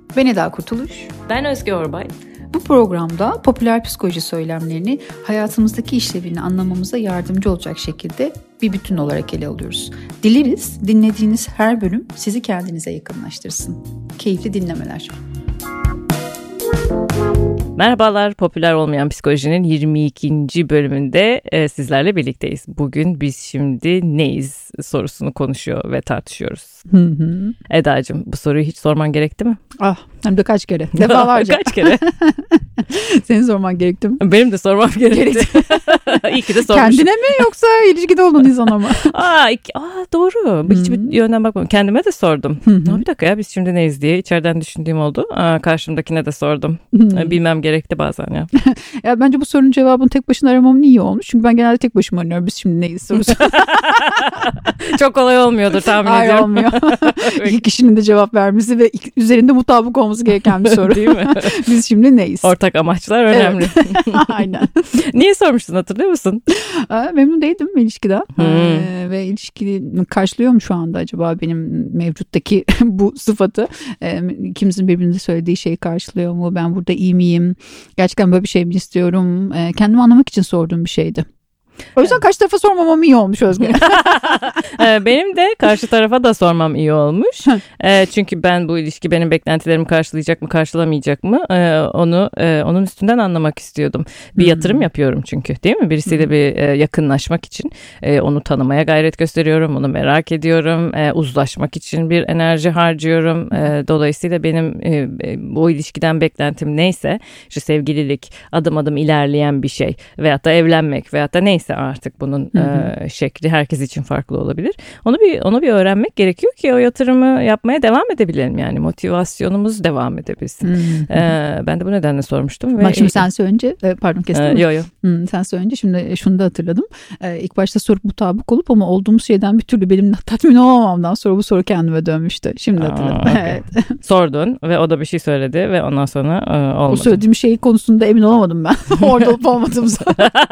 Ben Eda Kurtuluş. Ben Özge Orbay. Bu programda popüler psikoloji söylemlerini hayatımızdaki işlevini anlamamıza yardımcı olacak şekilde bir bütün olarak ele alıyoruz. Dileriz dinlediğiniz her bölüm sizi kendinize yakınlaştırsın. Keyifli dinlemeler. Merhabalar, popüler olmayan psikolojinin 22. bölümünde sizlerle birlikteyiz. Bugün biz şimdi neyiz sorusunu konuşuyor ve tartışıyoruz. Eda'cığım, bu soruyu hiç sorman gerekti mi? Hem de kaç kere? Defalarca. Kaç kere? Senin sorman gerekti mi? Benim de sormam gerekti. İyi ki de sormuşum. Kendine mi yoksa ilişkide olduğun insana mı? Doğru. Hiçbir yönden bakmadım. Kendime de sordum. Bir dakika ya, biz şimdi neyiz diye içeriden düşündüğüm oldu. Karşımdakine de sordum. Bilmem gerekti bazen ya. Ya bence bu sorunun cevabını tek başına aramam iyi olmuş. Çünkü ben genelde tek başıma arıyorum. Biz şimdi neyiz sorusu. Çok kolay olmuyordur tahmin ediyorum. Hayır, olmuyor. İki kişinin de cevap vermesi ve üzerinde mutabık olması gereken bir soru. Değil mi? Biz şimdi neyiz? Ortak amaçlar önemli. Evet. Aynen. Niye sormuştun, hatırlıyor musun? Memnun değildim ilişkiden. Ve ilişkini karşılıyor mu şu anda acaba benim mevcuttaki bu sıfatı? İkimizin birbirine söylediği şeyi karşılıyor mu? Ben burada iyi miyim? Gerçekten böyle bir şey mi istiyorum? Kendimi anlamak için sorduğum bir şeydi. O yüzden karşı tarafa sormamam iyi olmuş Özge. Benim de karşı tarafa da sormam iyi olmuş. Çünkü ben bu ilişki benim beklentilerimi karşılayacak mı, karşılamayacak mı onun üstünden anlamak istiyordum. Bir yatırım yapıyorum çünkü, değil mi? Birisiyle bir yakınlaşmak için onu tanımaya gayret gösteriyorum, onu merak ediyorum, uzlaşmak için bir enerji harcıyorum. Dolayısıyla benim bu ilişkiden beklentim neyse, işte sevgililik, adım adım ilerleyen bir şey veyahut da evlenmek veyahut da neyse artık bunun şekli herkes için farklı olabilir. Onu bir öğrenmek gerekiyor ki o yatırımı yapmaya devam edebilelim, yani motivasyonumuz devam edebilsin. Ben de bu nedenle sormuştum. Bak şimdi sen söyleyince pardon kestim mi? Yok. Sen söyleyince şimdi şunu da hatırladım. İlk başta soru mutabık olup ama olduğumuz şeyden bir türlü benim tatmin olamamdan sonra bu soru kendime dönmüştü. Şimdi hatırladım. Okay. Evet. Sordun ve o da bir şey söyledi ve ondan sonra olmadı. O söylediğim şey konusunda emin olamadım ben. Orada olup olmadığımıza.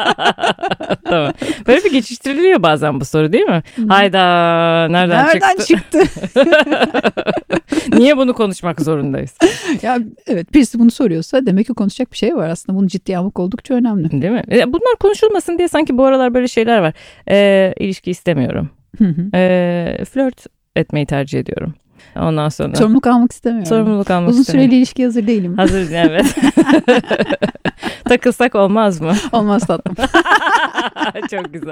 Tamam. Böyle bir geçiştiriliyor bazen bu soru, değil mi? Hayda, nereden çıktı? Niye bunu konuşmak zorundayız? Ya evet, birisi bunu soruyorsa demek ki konuşacak bir şey var aslında. Bunu ciddiye almak oldukça önemli. Değil mi? Bunlar konuşulmasın diye sanki bu aralar böyle şeyler var. İlişki istemiyorum. Flört etmeyi tercih ediyorum. Ondan sonra sorumluluk almak istemiyorum. Uzun süreli ilişkiye hazır değilim. Hazır, evet. Takılsak olmaz mı? Olmaz tatlım. Çok güzel.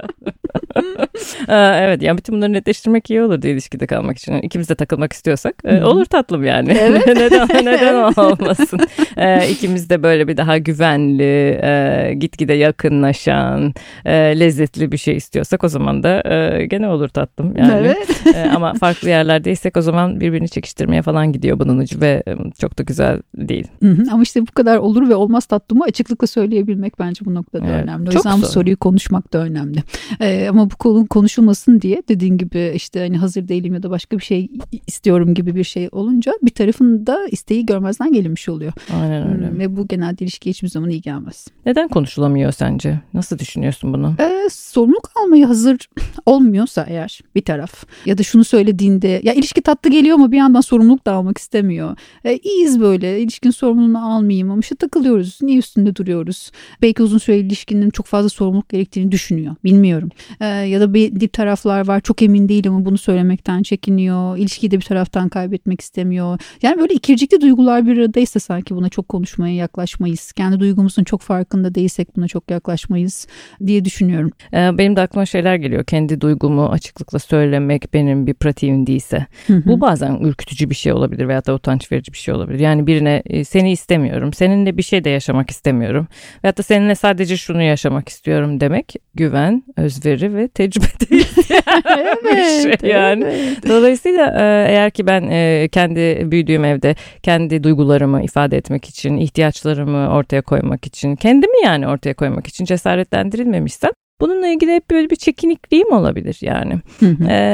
Evet, yani bütün bunları netleştirmek iyi olur diye ilişkide kalmak için. Yani İkimiz de takılmak istiyorsak olur tatlım yani. Evet. neden olmasın? İkimiz de böyle bir daha güvenli, gitgide yakınlaşan, lezzetli bir şey istiyorsak o zaman da gene olur tatlım yani. Evet. Ama farklı yerlerdeysek o zaman birbirini çekiştirmeye falan gidiyor bunun ucu ve çok da güzel değil. Ama işte bu kadar olur ve olmaz tatlımı açıklıkla söyleyebilmek bence bu noktada önemli. O yüzden bu soruyu konuşmak da önemli. Ama bu konu konuşulmasın diye dediğin gibi işte hani hazır değilim ya da başka bir şey istiyorum gibi bir şey olunca bir tarafın da isteği görmezden gelinmiş oluyor. Aynen öyle. Ve bu genelde ilişkiye hiçbir zaman iyi gelmez. Neden konuşulamıyor sence? Nasıl düşünüyorsun bunu? Sorumluluk almaya hazır olmuyorsa eğer bir taraf ya da şunu söylediğinde ya ilişki tatlı geliyor ama bir yandan sorumluluk da almak istemiyor. İyiyiz böyle, ilişkinin sorumluluğunu almayayım ama işte takılıyoruz. Niye üstünde duruyoruz? Belki uzun süreli ilişkinin çok fazla sorumluluk gerektiğini düşünüyor. Bilmiyorum. Ya da bir taraflar var, çok emin değil ama bunu söylemekten çekiniyor. İlişkiyi de bir taraftan kaybetmek istemiyor. Yani böyle ikircikli duygular bir aradaysa sanki buna çok konuşmaya yaklaşmayız. Kendi duygumuzun çok farkında değilsek buna çok yaklaşmayız diye düşünüyorum. Benim de aklıma şeyler geliyor. Kendi duygumu açıklıkla söylemek benim bir pratiğim değilse. Bu bazen ürkütücü bir şey olabilir veyahut da utanç verici bir şey olabilir. Yani birine seni istemiyorum, seninle bir şey de yaşamak istemiyorum veyahut da seninle sadece şunu yaşamak istiyorum demek güven, özveri ve tecrübe değil. Evet, şey yani. Evet. Dolayısıyla eğer ki ben kendi büyüdüğüm evde kendi duygularımı ifade etmek için, ihtiyaçlarımı ortaya koymak için, kendimi yani ortaya koymak için cesaretlendirilmemişsem bununla ilgili hep böyle bir çekinikliğim olabilir yani.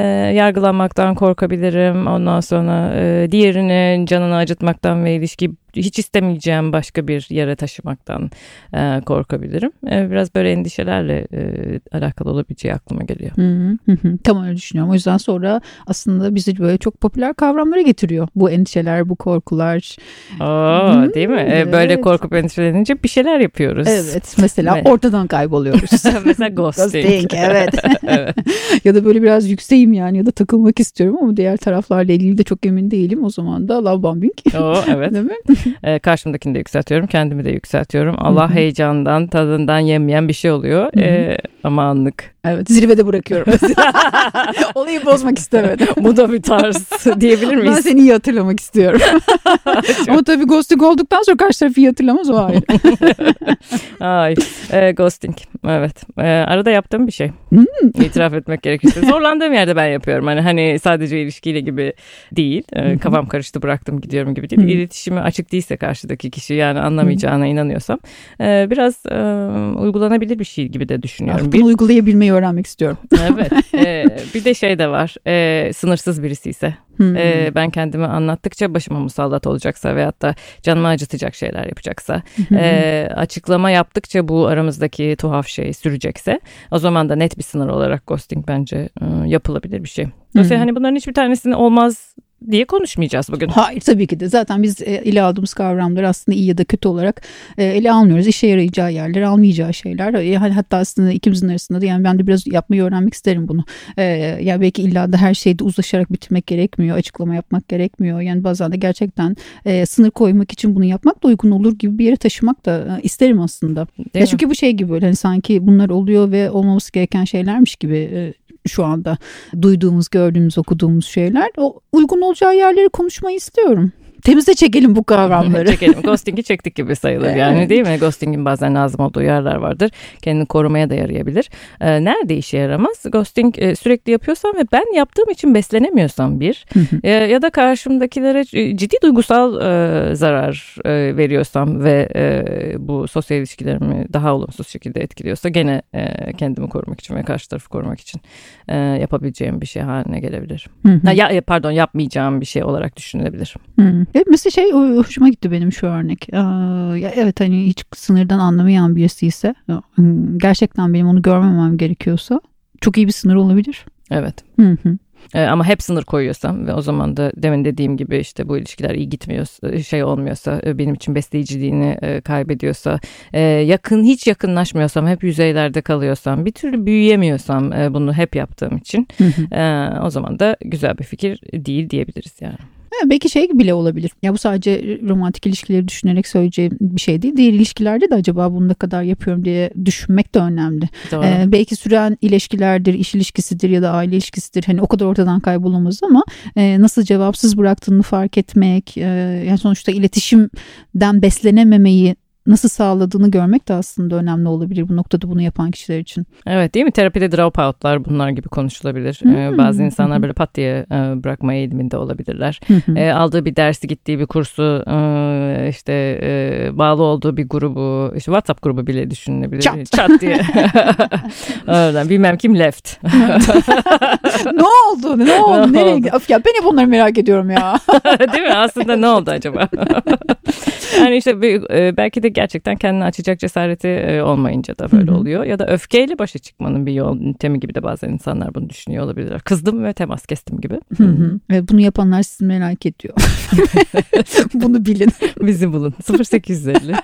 Yargılanmaktan korkabilirim. Ondan sonra diğerinin canını acıtmaktan ve ilişkiyi hiç istemeyeceğim başka bir yere taşımaktan korkabilirim. Biraz böyle endişelerle alakalı olabileceği aklıma geliyor. Tam öyle düşünüyorum. O yüzden sonra aslında bizi böyle çok popüler kavramlara getiriyor. Bu endişeler, bu korkular. Değil mi? Evet. Böyle korkup endişelenince bir şeyler yapıyoruz. Evet. Mesela ortadan kayboluyoruz. Mesela ghosting. Evet. Evet. Ya da böyle biraz yükseğim yani ya da takılmak istiyorum ama diğer taraflarla ilgili de çok emin değilim. O zaman da love bombing. Evet. Değil mi? Karşımdakini de yükseltiyorum. Kendimi de yükseltiyorum. Allah heyecandan, tadından yemeyen bir şey oluyor. Ama anlık. Evet, zirvede bırakıyorum. Olayı bozmak istemedim. Bu da bir tarz diyebilir miyiz? Ben seni iyi hatırlamak istiyorum. Ama tabii ghosting olduktan sonra karşı tarafı iyi hatırlamaz, o ayrı. Ghosting. Evet. Arada yaptığım bir şey. İtiraf etmek gerekirse. Zorlandığım yerde ben yapıyorum. Hani sadece ilişkiyle gibi değil. Kafam karıştı, bıraktım gidiyorum gibi değil. İletişimi açık değilse karşıdaki kişi, yani anlamayacağına inanıyorsam biraz uygulanabilir bir şey gibi de düşünüyorum. Bunu uygulayabilmeyi öğrenmek istiyorum. Evet. Bir de şey de var. Sınırsız birisi ise. Ben kendimi anlattıkça başıma musallat olacaksa veyahut da canımı acıtacak şeyler yapacaksa, açıklama yaptıkça bu aramızdaki tuhaf şey sürecekse, o zaman da net bir sınır olarak ghosting bence yapılabilir bir şey. Dolayısıyla hani bunların hiçbir tanesini olmaz diye konuşmayacağız bugün. Hayır, tabii ki de. Zaten biz ele aldığımız kavramları aslında iyi ya da kötü olarak ele almıyoruz. İşe yarayacağı yerler, almayacağı şeyler. Yani hatta aslında ikimizin arasında da, yani ben de biraz yapmayı öğrenmek isterim bunu. Yani belki illa da her şeyde uzlaşarak bitirmek gerekmiyor. Açıklama yapmak gerekmiyor. Yani bazen de gerçekten sınır koymak için bunu yapmak da uygun olur gibi bir yere taşımak da isterim aslında. Ya çünkü bu şey gibi böyle hani sanki bunlar oluyor ve olmaması gereken şeylermiş gibi şu anda duyduğumuz, gördüğümüz, okuduğumuz şeyler. O uygun olacağı yerleri konuşmayı istiyorum. Temize çekelim bu kavramları. Çekelim. Ghosting'i çektik gibi sayılır yani, değil mi? Ghosting'in bazen lazım olduğu yerler vardır. Kendini korumaya da yarayabilir. Nerede işe yaramaz? Ghosting sürekli yapıyorsam ve ben yaptığım için beslenemiyorsam ya da karşımdakilere ciddi duygusal zarar veriyorsam ve bu sosyal ilişkilerimi daha olumsuz şekilde etkiliyorsa, gene kendimi korumak için ve karşı tarafı korumak için yapabileceğim bir şey haline gelebilir. Yapmayacağım bir şey olarak düşünülebilir. Evet, mesela hoşuma gitti benim şu örnek. Evet, hani hiç sınırdan anlamayan birisi ise, gerçekten benim onu görmemem gerekiyorsa çok iyi bir sınır olabilir. Evet. Ama hep sınır koyuyorsam ve o zaman da demin dediğim gibi işte bu ilişkiler iyi gitmiyorsa, olmuyorsa, benim için besleyiciliğini kaybediyorsa, hiç yakınlaşmıyorsam, hep yüzeylerde kalıyorsam, bir türlü büyüyemiyorsam bunu hep yaptığım için, o zaman da güzel bir fikir değil diyebiliriz yani. Belki şey bile olabilir. Ya bu sadece romantik ilişkileri düşünerek söyleyeceğim bir şey değil. Diğer ilişkilerde de acaba bunu ne kadar yapıyorum diye düşünmek de önemli. Belki süren ilişkilerdir, iş ilişkisidir ya da aile ilişkisidir. Hani o kadar ortadan kaybolamaz ama nasıl cevapsız bıraktığını fark etmek, yani sonuçta iletişimden beslenememeyi nasıl sağladığını görmek de aslında önemli olabilir bu noktada bunu yapan kişiler için. Evet, değil mi? Terapide dropoutlar bunlar gibi konuşulabilir. Bazı insanlar böyle pat diye bırakma eğiliminde olabilirler. Aldığı bir dersi, gittiği bir kursu, bağlı olduğu bir grubu, WhatsApp grubu bile düşünülebilir. Çat diye. Oradan bilmem kim left. Ne oldu? Nereye gitti? Ya ben hep onları merak ediyorum ya. Değil mi? Aslında ne oldu acaba? Yani işte belki de gerçekten kendini açacak cesareti olmayınca da böyle oluyor. Ya da öfkeyle başa çıkmanın bir yöntemi gibi de bazen insanlar bunu düşünüyor olabilirler. Kızdım ve temas kestim gibi. Ve bunu yapanlar sizi merak ediyor. Bunu bilin. Bizi bulun. 0850.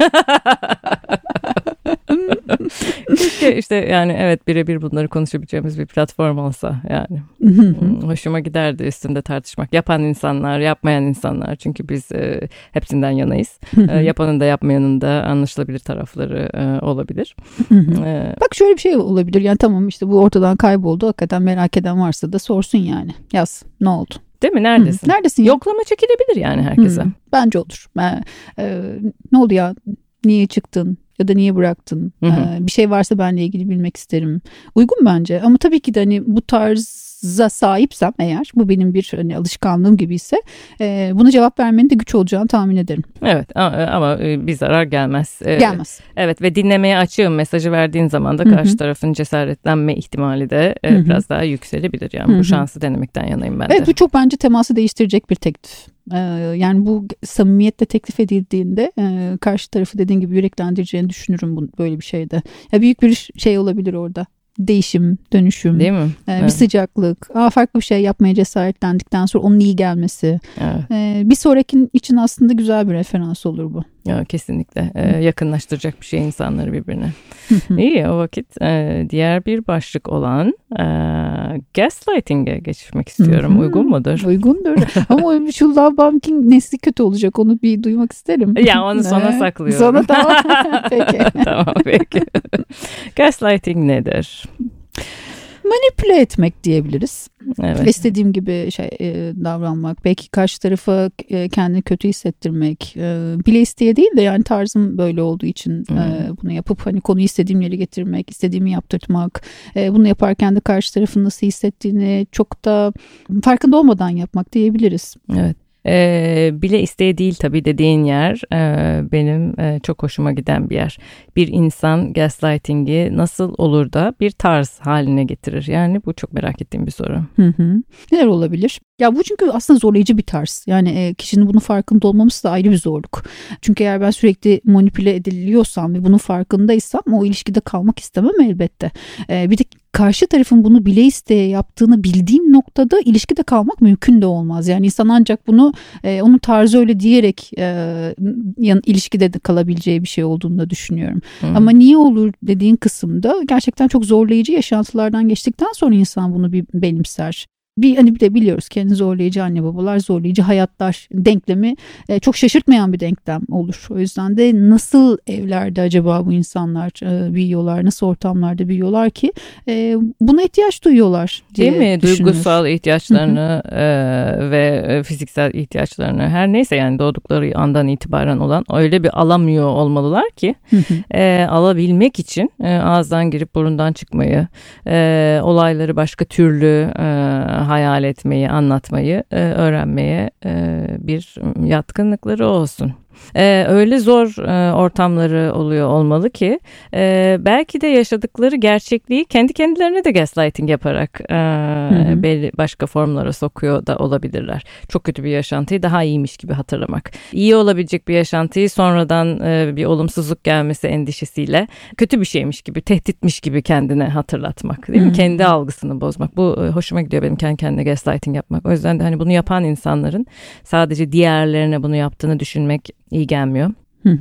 Keşke yani evet, birebir bunları konuşabileceğimiz bir platform olsa yani. Hoşuma giderdi üstünde tartışmak. Yapan insanlar, yapmayan insanlar. Çünkü biz hepsinden yanayız. Yapanın da yapmayanın da anlaşılabilir tarafları olabilir. Bak şöyle bir şey olabilir. Yani tamam, işte bu ortadan kayboldu. Hakikaten merak eden varsa da sorsun yani. Yaz. Ne oldu? Değil mi? Neredesin? Neredesin ya? Yoklama çekilebilir yani herkese. Bence olur. Ne oldu ya? Niye çıktın? Ya da niye bıraktın? Bir şey varsa benle ilgili bilmek isterim. Uygun bence. Ama tabii ki de hani bu tarz tarza sahipsem eğer, bu benim bir hani alışkanlığım gibi ise buna cevap vermenin de güç olacağını tahmin ederim. Evet ama bir zarar gelmez. Gelmez. Evet ve dinlemeye açığım mesajı verdiğin zaman da karşı tarafın cesaretlenme ihtimali de biraz daha yükselebilir. Yani bu şansı denemekten yanayım ben de. Evet, bu çok bence teması değiştirecek bir teklif. Yani bu samimiyetle teklif edildiğinde karşı tarafı dediğin gibi yüreklendireceğini düşünürüm böyle bir şeyde. Ya büyük bir şey olabilir orada. Değişim, dönüşüm, değil mi? Bir sıcaklık, farklı bir şey yapmaya cesaretlendikten sonra onun iyi gelmesi. Evet. Bir sonrakin için aslında güzel bir referans olur bu. Ya, kesinlikle yakınlaştıracak bir şey insanları birbirine. İyi, o vakit diğer bir başlık olan gaslighting'e geçmek istiyorum. Uygun mudur? Uygundur. Ama şu love bombing nesli kötü olacak. Onu bir duymak isterim. Ya onu sona saklıyorum. Sonra tamam. Peki. Tamam peki. Gaslighting nedir? Manipüle etmek diyebiliriz. Evet. İstediğim gibi davranmak, belki karşı tarafa kendini kötü hissettirmek, bile isteye değil de yani tarzım böyle olduğu için bunu yapıp hani konuyu istediğim yere getirmek, istediğimi yaptırtmak, bunu yaparken de karşı tarafın nasıl hissettiğini çok da farkında olmadan yapmak diyebiliriz. Evet. Bile isteye değil tabii dediğin yer benim çok hoşuma giden bir yer. Bir insan gaslighting'i nasıl olur da bir tarz haline getirir? Yani bu çok merak ettiğim bir soru. Neler olabilir? Ya bu çünkü aslında zorlayıcı bir tarz. Yani kişinin bunun farkında olmaması da ayrı bir zorluk. Çünkü eğer ben sürekli manipüle ediliyorsam ve bunun farkındaysam o ilişkide kalmak istemem elbette. Bir de karşı tarafın bunu bile isteye yaptığını bildiğim noktada ilişkide kalmak mümkün de olmaz. Yani insan ancak bunu onun tarzı öyle diyerek ilişkide de kalabileceği bir şey olduğunu da düşünüyorum. Ama niye olur dediğin kısımda gerçekten çok zorlayıcı yaşantılardan geçtikten sonra insan bunu bir benimser. Bir de biliyoruz kendi zorlayıcı anne babalar, zorlayıcı hayatlar denklemi çok şaşırtmayan bir denklem olur. O yüzden de nasıl evlerde acaba bu insanlar büyüyorlar, nasıl ortamlarda büyüyorlar ki buna ihtiyaç duyuyorlar diye değil mi? düşünülür. Duygusal ihtiyaçlarını ve fiziksel ihtiyaçlarını her neyse yani doğdukları andan itibaren olan öyle bir alamıyor olmalılar ki alabilmek için ağızdan girip burundan çıkmayı, olayları başka türlü hayal etmeyi, anlatmayı öğrenmeye bir yatkınlıkları olsun. Öyle zor ortamları oluyor olmalı ki belki de yaşadıkları gerçekliği kendi kendilerine de gaslighting yaparak belli başka formlara sokuyor da olabilirler. Çok kötü bir yaşantıyı daha iyiymiş gibi hatırlamak. İyi olabilecek bir yaşantıyı sonradan bir olumsuzluk gelmesi endişesiyle kötü bir şeymiş gibi, tehditmiş gibi kendine hatırlatmak. Değil mi? Kendi algısını bozmak. Bu hoşuma gidiyor benim kendi kendine gaslighting yapmak. O yüzden de hani bunu yapan insanların sadece diğerlerine bunu yaptığını düşünmek iyi gelmiyor.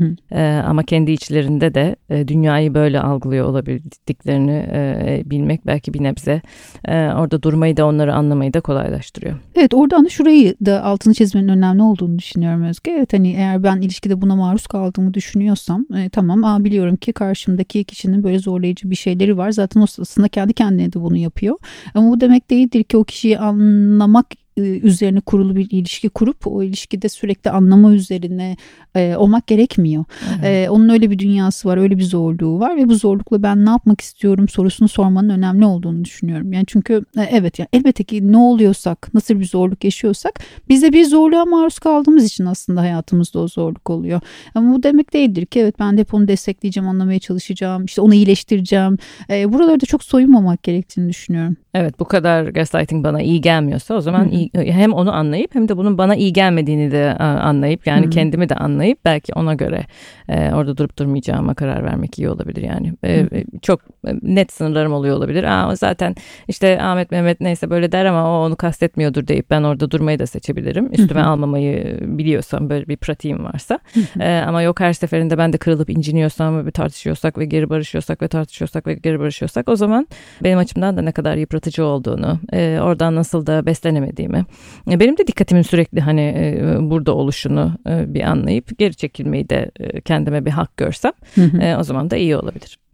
Ama kendi içlerinde de dünyayı böyle algılıyor olabildiklerini bilmek belki bir nebze orada durmayı da onları anlamayı da kolaylaştırıyor. Evet, oradan da şurayı da altını çizmenin önemli olduğunu düşünüyorum Özge. Evet, hani eğer ben ilişkide buna maruz kaldığımı düşünüyorsam tamam biliyorum ki karşımdaki kişinin böyle zorlayıcı bir şeyleri var. Zaten o aslında kendi kendine de bunu yapıyor. Ama bu demek değildir ki o kişiyi anlamak üzerine kurulu bir ilişki kurup o ilişkide sürekli anlama üzerine olmak gerekmiyor. Onun öyle bir dünyası var, öyle bir zorluğu var ve bu zorlukla ben ne yapmak istiyorum sorusunu sormanın önemli olduğunu düşünüyorum. Yani çünkü evet yani elbette ki ne oluyorsak, nasıl bir zorluk yaşıyorsak biz de bir zorluğa maruz kaldığımız için aslında hayatımızda o zorluk oluyor. Ama bu demek değildir ki evet ben de hep onu destekleyeceğim, anlamaya çalışacağım, işte onu iyileştireceğim. Buralarda çok soyunmamak gerektiğini düşünüyorum. Evet, bu kadar gaslighting bana iyi gelmiyorsa o zaman hem onu anlayıp hem de bunun bana iyi gelmediğini de anlayıp yani kendimi de anlayıp belki ona göre orada durup durmayacağıma karar vermek iyi olabilir yani. Çok net sınırlarım oluyor olabilir. Zaten işte Ahmet Mehmet neyse böyle der ama o onu kastetmiyordur deyip ben orada durmayı da seçebilirim. Üstüme almamayı biliyorsam, böyle bir pratiğim varsa. Ama yok her seferinde ben de kırılıp inciniyorsam ve bir tartışıyorsak ve geri barışıyorsak ve tartışıyorsak ve geri barışıyorsak o zaman benim açımdan da ne kadar yıpratıcı olduğunu, oradan nasıl da beslenemediğimi, benim de dikkatimin sürekli hani burada oluşunu bir anlayıp geri çekilmeyi de kendime bir hak görsem o zaman da iyi olabilir.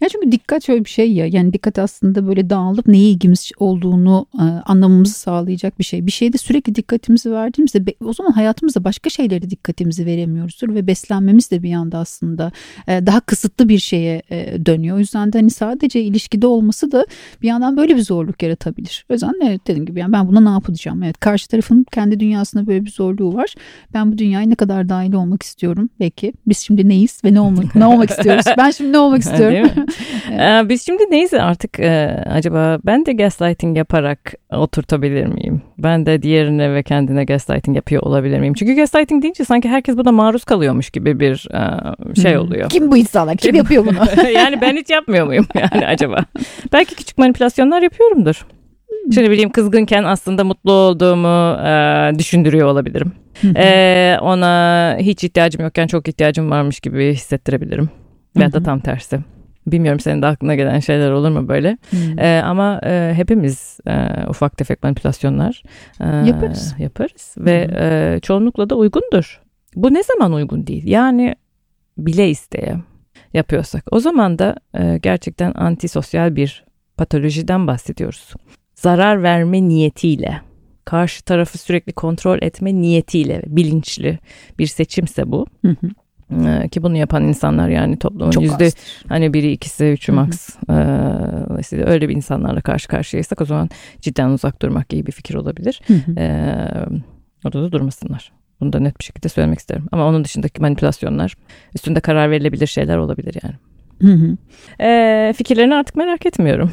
Ya çünkü dikkat şöyle bir şey ya, yani dikkat aslında böyle dağılıp neye ilgimiz olduğunu anlamamızı sağlayacak bir şey. Bir şeyde sürekli dikkatimizi verdiğimizde o zaman hayatımızda başka şeylere dikkatimizi veremiyoruzdur ve beslenmemiz de bir anda aslında daha kısıtlı bir şeye dönüyor. O yüzden de hani sadece ilişkide olması da bir yandan böyle bir zorluk yaratabilir. O yüzden evet, dediğim gibi yani ben buna ne yapacağım? Evet, karşı tarafın kendi dünyasında böyle bir zorluğu var. Ben bu dünyaya ne kadar dahil olmak istiyorum? Peki biz şimdi neyiz ve ne olmak istiyoruz? Ben şimdi ne olmak istiyorum? Biz şimdi neyiz artık, acaba ben de gaslighting yaparak oturtabilir miyim? Ben de diğerine ve kendine gaslighting yapıyor olabilir miyim? Çünkü gaslighting deyince sanki herkes buna maruz kalıyormuş gibi bir şey oluyor. Kim bu insanlar? Kim yapıyor bunu? Yani ben hiç yapmıyor muyum yani acaba? Belki küçük manipülasyonlar yapıyorumdur. Şöyle bileyim, kızgınken aslında mutlu olduğumu düşündürüyor olabilirim. Ona hiç ihtiyacım yokken çok ihtiyacım varmış gibi hissettirebilirim. Veya da tam tersi. Bilmiyorum, senin de aklına gelen şeyler olur mu böyle? Ama hepimiz ufak tefek manipülasyonlar yaparız. Ve çoğunlukla da uygundur. Bu ne zaman uygun değil? Yani bile isteye yapıyorsak. O zaman da gerçekten antisosyal bir patolojiden bahsediyoruz. Zarar verme niyetiyle, karşı tarafı sürekli kontrol etme niyetiyle bilinçli bir seçimse bu. Ki bunu yapan insanlar yani toplumun çok yüzde hani biri, ikisi, üçü max. Dolayısıyla öyle bir insanlarla karşı karşıyaysak o zaman cidden uzak durmak iyi bir fikir olabilir. Orada da durmasınlar. Bunu da net bir şekilde söylemek isterim. Ama onun dışındaki manipülasyonlar, üstünde karar verilebilir şeyler olabilir yani. Fikirlerini artık merak etmiyorum.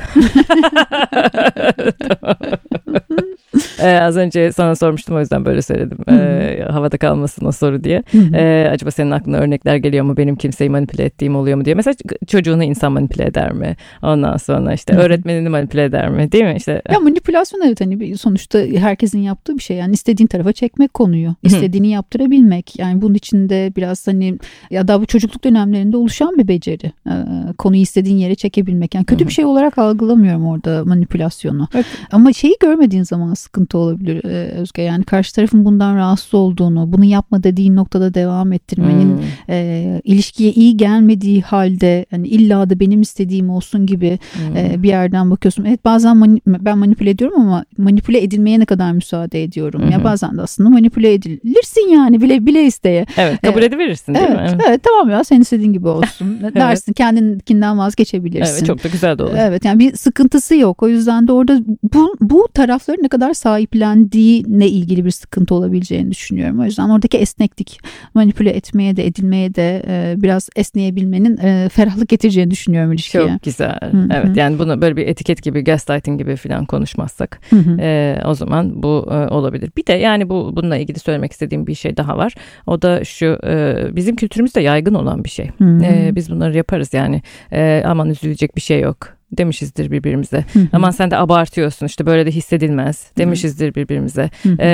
Az önce sana sormuştum, o yüzden böyle söyledim. Havada kalmasın o soru diye. Acaba senin aklına örnekler geliyor mu? Benim kimseyi manipüle ettiğim oluyor mu diye. Mesela çocuğunu insan manipüle eder mi? Ondan sonra işte öğretmenini manipüle eder mi? Değil mi? İşte. Ya manipülasyon evet, hani sonuçta herkesin yaptığı bir şey. Yani istediğin tarafa çekmek konuyu. İstediğini yaptırabilmek. Yani bunun içinde biraz hani ya da bu çocukluk dönemlerinde oluşan bir beceri. Konuyu istediğin yere çekebilmek. Yani kötü bir şey olarak algılamıyorum orada manipülasyonu. Evet. Ama şeyi görmediğin zaman sıkıntı olabilir Özge. Yani karşı tarafın bundan rahatsız olduğunu, bunu yapma dediğin noktada devam ettirmenin ilişkiye iyi gelmediği halde hani illa da benim istediğim olsun gibi bir yerden bakıyorsun. Evet, bazen ben manipüle ediyorum ama manipüle edilmeye ne kadar müsaade ediyorum. Ya bazen de aslında manipüle edilirsin yani bile isteye. Evet, kabul ediverirsin değil mi? Evet, tamam ya, sen istediğin gibi olsun dersin. Kendinkinden vazgeçebilirsin. Evet, çok da güzel de olur. Evet, yani bir sıkıntısı yok. O yüzden de orada bu tarafların ne kadar sahiplendiğine ilgili bir sıkıntı olabileceğini düşünüyorum. O yüzden oradaki esneklik, manipüle etmeye de edilmeye de biraz esneyebilmenin ferahlık getireceğini düşünüyorum ilişkiye. Çok güzel. Evet, yani bunu böyle bir etiket gibi, gaslighting gibi falan konuşmazsak o zaman bu olabilir. Bir de yani bununla ilgili söylemek istediğim bir şey daha var. O da şu, bizim kültürümüzde yaygın olan bir şey. Biz bunları yaparız yani. Aman üzülecek bir şey yok demişizdir birbirimize. Aman sen de abartıyorsun, işte böyle de hissedilmez demişizdir birbirimize.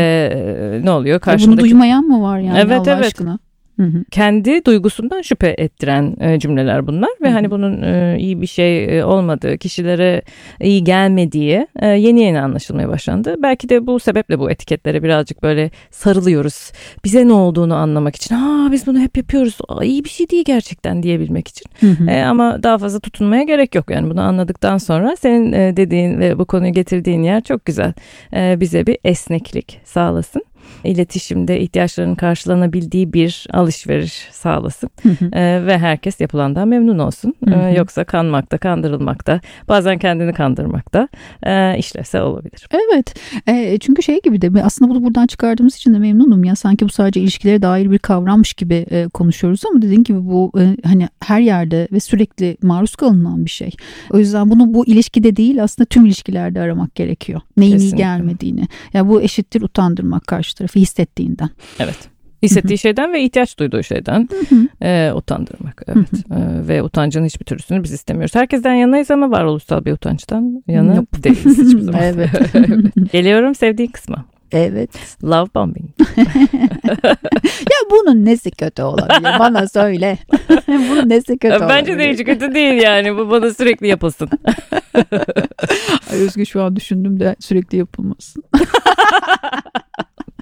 Ne oluyor? Bunu duymayan mı var yani, evet, Allah aşkına? Kendi duygusundan şüphe ettiren cümleler bunlar ve hani bunun iyi bir şey olmadığı, kişilere iyi gelmediği yeni anlaşılmaya başlandı. Belki de bu sebeple bu etiketlere birazcık böyle sarılıyoruz. Bize ne olduğunu anlamak için. Biz bunu hep yapıyoruz. İyi bir şey değil gerçekten diyebilmek için. Ama daha fazla tutunmaya gerek yok. Yani bunu anladıktan sonra senin dediğin ve bu konuyu getirdiğin yer çok güzel. Bize bir esneklik sağlasın. İletişimde ihtiyaçlarının karşılanabildiği bir alışveriş sağlasın ve herkes yapılandan memnun olsun. Yoksa kanmakta, kandırılmakta, bazen kendini kandırmakta işlevsel olabilir. Evet, çünkü şey gibi de aslında bunu buradan çıkardığımız için de memnunum ya, sanki bu sadece ilişkilere dair bir kavrammış gibi konuşuyoruz ama dediğin gibi bu hani her yerde ve sürekli maruz kalınan bir şey. O yüzden bunu bu ilişkide değil, aslında tüm ilişkilerde aramak gerekiyor. Neyin iyi gelmediğini. Ya bu eşittir utandırmak karşı tarafı hissettiğinden. Evet. Hissettiği şeyden ve ihtiyaç duyduğu şeyden utandırmak. Evet. Ve utancın hiçbir türlüsünü biz istemiyoruz. Herkesten yanayız ama varoluşsal bir utançtan yana değiliz hiçbir zaman. Evet. Geliyorum sevdiğin kısma. Evet. Love bombing. Ya bunun nesi kötü olabilir? Bana söyle. Bunun nesi kötü olabilir? Bence de hiç kötü değil yani. Bu bana sürekli yapılsın. Ay Özgür, şu an düşündüm de sürekli yapılmasın.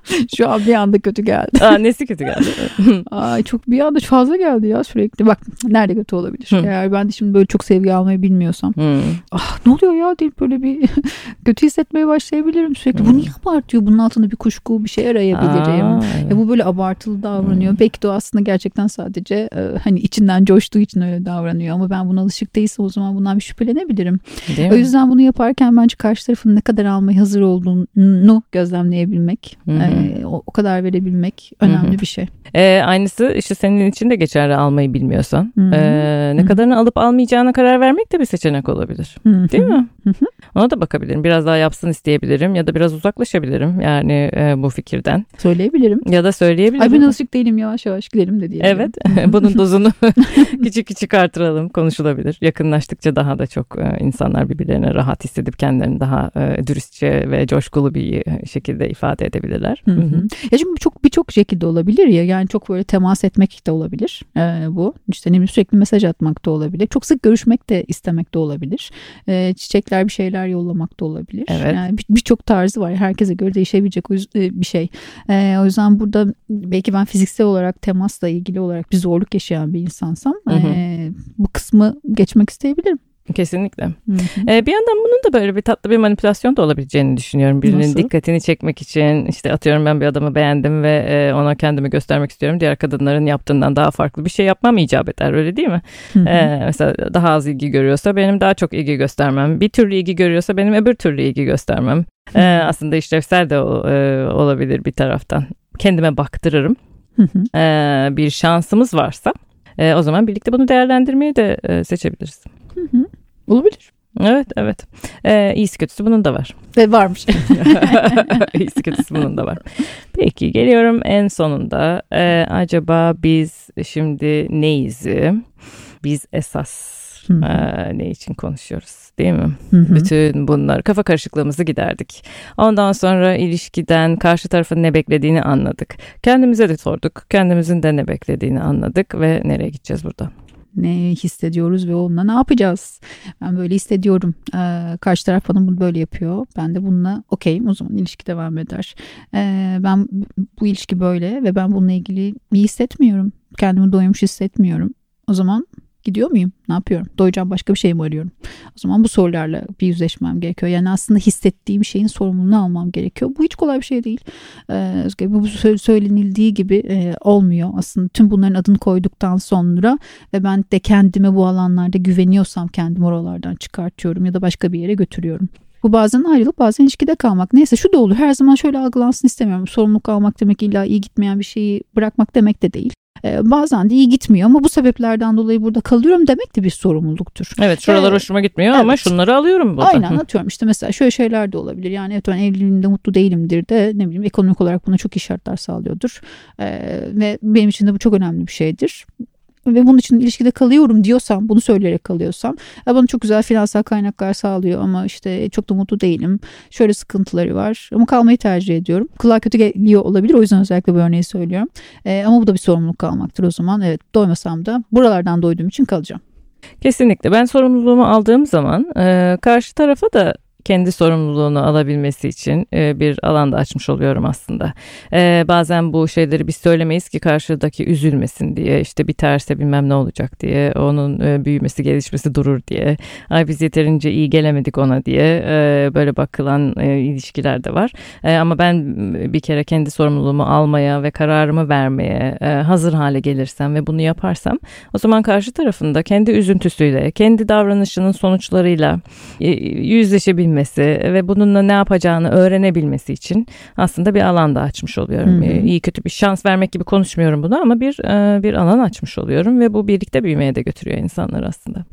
Şu an bir anda kötü geldi. Nesi kötü geldi? Ay, çok bir anda fazla geldi ya sürekli. Bak nerede kötü olabilir? Eğer ben de şimdi böyle çok sevgi almayı bilmiyorsam. Ne oluyor ya deyip böyle bir kötü hissetmeye başlayabilirim sürekli. Bu niye abartıyor? Bunun altında bir kuşku, bir şey arayabilirim. Evet. Bu böyle abartılı davranıyor. Belki de o aslında gerçekten sadece hani içinden coştuğu için öyle davranıyor. Ama ben buna alışık değilsem o zaman bundan bir şüphelenebilirim. O yüzden bunu yaparken bence karşı tarafın ne kadar almaya hazır olduğunu gözlemleyebilmek, o kadar verebilmek önemli bir şey. Aynısı işte senin için de geçerli, almayı bilmiyorsan. Ne kadarını alıp almayacağına karar vermek de bir seçenek olabilir. Değil mi? Ona da bakabilirim. Biraz daha yapsın isteyebilirim ya da biraz uzaklaşabilirim yani bu fikirden. Söyleyebilirim. Ya da söyleyebilirim. Ay ben alışık değilim, yavaş yavaş gidelim de diyelim. Evet. Bunun dozunu küçük küçük artıralım. Konuşulabilir. Yakınlaştıkça daha da çok insanlar birbirlerine rahat hissedip kendilerini daha dürüstçe ve coşkulu bir şekilde ifade edebilirler. Ya çünkü birçok şekilde olabilir ya. Yani çok böyle temas etmek de olabilir. Bu. İşte ne bileyim, sürekli mesaj atmak da olabilir. Çok sık görüşmek de istemek de olabilir. Çiçekler, bir şeyler yollamak da olabilir. Evet. Yani birçok tarzı var. Herkese göre değişebilecek bir şey. O yüzden burada belki ben fiziksel olarak temasla ilgili olarak bir zorluk yaşayan bir insansam bu kısmı geçmek isteyebilirim. Kesinlikle. Bir yandan bunun da böyle bir tatlı bir manipülasyon da olabileceğini düşünüyorum. Birinin dikkatini çekmek için, işte atıyorum ben bir adamı beğendim ve ona kendimi göstermek istiyorum. Diğer kadınların yaptığından daha farklı bir şey yapmam icap eder, öyle değil mi? Mesela daha az ilgi görüyorsa benim daha çok ilgi göstermem. Bir türlü ilgi görüyorsa benim öbür türlü ilgi göstermem. Aslında işlevsel de olabilir bir taraftan. Kendime baktırırım. Bir şansımız varsa o zaman birlikte bunu değerlendirmeyi de seçebiliriz. Olabilir. Evet. İyisi kötüsü bunun da var. Ve varmış. İyisi kötüsü bunun da var. Peki geliyorum en sonunda. Acaba biz şimdi neyiz? Biz esas ne için konuşuyoruz, değil mi? Bütün bunlar, kafa karışıklığımızı giderdik. Ondan sonra ilişkiden karşı tarafın ne beklediğini anladık. Kendimize de sorduk. Kendimizin de ne beklediğini anladık ve nereye gideceğiz burada? Ne hissediyoruz ve onunla ne yapacağız? Ben böyle hissediyorum. Karşı taraf bana bunu böyle yapıyor. Ben de bununla okeyim. O zaman ilişki devam eder. Ben bu ilişki böyle ve ben bununla ilgili iyi hissetmiyorum. Kendimi doymuş hissetmiyorum. O zaman gidiyor muyum? Ne yapıyorum? Doyacağım başka bir şey mi arıyorum? O zaman bu sorularla bir yüzleşmem gerekiyor. Yani aslında hissettiğim şeyin sorumluluğunu almam gerekiyor. Bu hiç kolay bir şey değil. Bu söylenildiği gibi olmuyor. Aslında tüm bunların adını koyduktan sonra ve ben de kendime bu alanlarda güveniyorsam kendimi oralardan çıkartıyorum ya da başka bir yere götürüyorum. Bu bazen ayrılıp bazen ilişkide kalmak. Neyse, şu da olur. Her zaman şöyle algılansın istemiyorum. Sorumluluk almak demek illa iyi gitmeyen bir şeyi bırakmak demek de değil. Bazen de iyi gitmiyor ama bu sebeplerden dolayı burada kalıyorum demek de bir sorumluluktur. Evet, şuralar hoşuma gitmiyor ama şunları alıyorum burada. Aynen, atıyorum işte mesela şöyle şeyler de olabilir. Yani evet, ben evliliğimde mutlu değilimdir de ne bileyim ekonomik olarak buna çok iyi şartlar sağlıyordur. Ve benim için de bu çok önemli bir şeydir. Ve bunun için ilişkide kalıyorum diyorsam, bunu söyleyerek kalıyorsam, bana çok güzel finansal kaynaklar sağlıyor ama işte çok da mutlu değilim. Şöyle sıkıntıları var ama kalmayı tercih ediyorum. Kulağa kötü geliyor olabilir, o yüzden özellikle bu örneği söylüyorum. Ama bu da bir sorumluluk kalmaktır o zaman. Evet, doymasam da buralardan doyduğum için kalacağım. Kesinlikle. Ben sorumluluğumu aldığım zaman karşı tarafa da kendi sorumluluğunu alabilmesi için bir alan da açmış oluyorum aslında. Bazen bu şeyleri biz söylemeyiz ki karşıdaki üzülmesin diye, işte biterse bilmem ne olacak diye, onun büyümesi gelişmesi durur diye, ay biz yeterince iyi gelemedik ona diye böyle bakılan ilişkiler de var. Ama ben bir kere kendi sorumluluğumu almaya ve kararımı vermeye hazır hale gelirsem ve bunu yaparsam, o zaman karşı tarafında kendi üzüntüsüyle, kendi davranışının sonuçlarıyla yüzleşebilmesi ve bununla ne yapacağını öğrenebilmesi için aslında bir alan da açmış oluyorum. İyi kötü bir şans vermek gibi konuşmuyorum bunu ama bir alan açmış oluyorum ve bu birlikte büyümeye de götürüyor insanları aslında.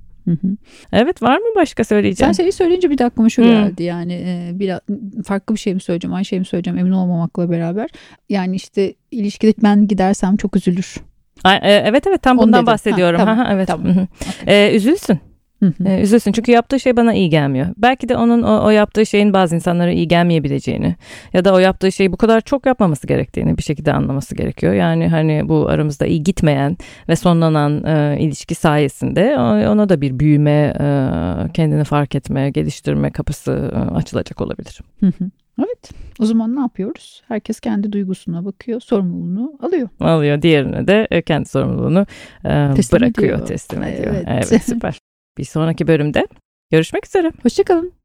Evet, var mı başka söyleyeceğim? Sen söyleyince bir de aklıma şu geldi, yani biraz farklı bir şey mi söyleyeceğim, aynı şey mi söyleyeceğim emin olmamakla beraber. Yani işte ilişkide ben gidersem çok üzülür. Evet tam bundan bahsediyorum. Evet. Tamam. Üzülsün. Üzülsün çünkü yaptığı şey bana iyi gelmiyor. Belki de onun o yaptığı şeyin bazı insanlara iyi gelmeyebileceğini ya da o yaptığı şeyi bu kadar çok yapmaması gerektiğini bir şekilde anlaması gerekiyor. Yani hani bu aramızda iyi gitmeyen ve sonlanan ilişki sayesinde ona da bir büyüme, kendini fark etme, geliştirme kapısı açılacak olabilir. Evet. O zaman ne yapıyoruz? Herkes kendi duygusuna bakıyor, sorumluluğunu alıyor. Alıyor. Diğerine de kendi sorumluluğunu teslim ediyor. Evet. Evet, süper. Bir sonraki bölümde görüşmek üzere. Hoşça kalın.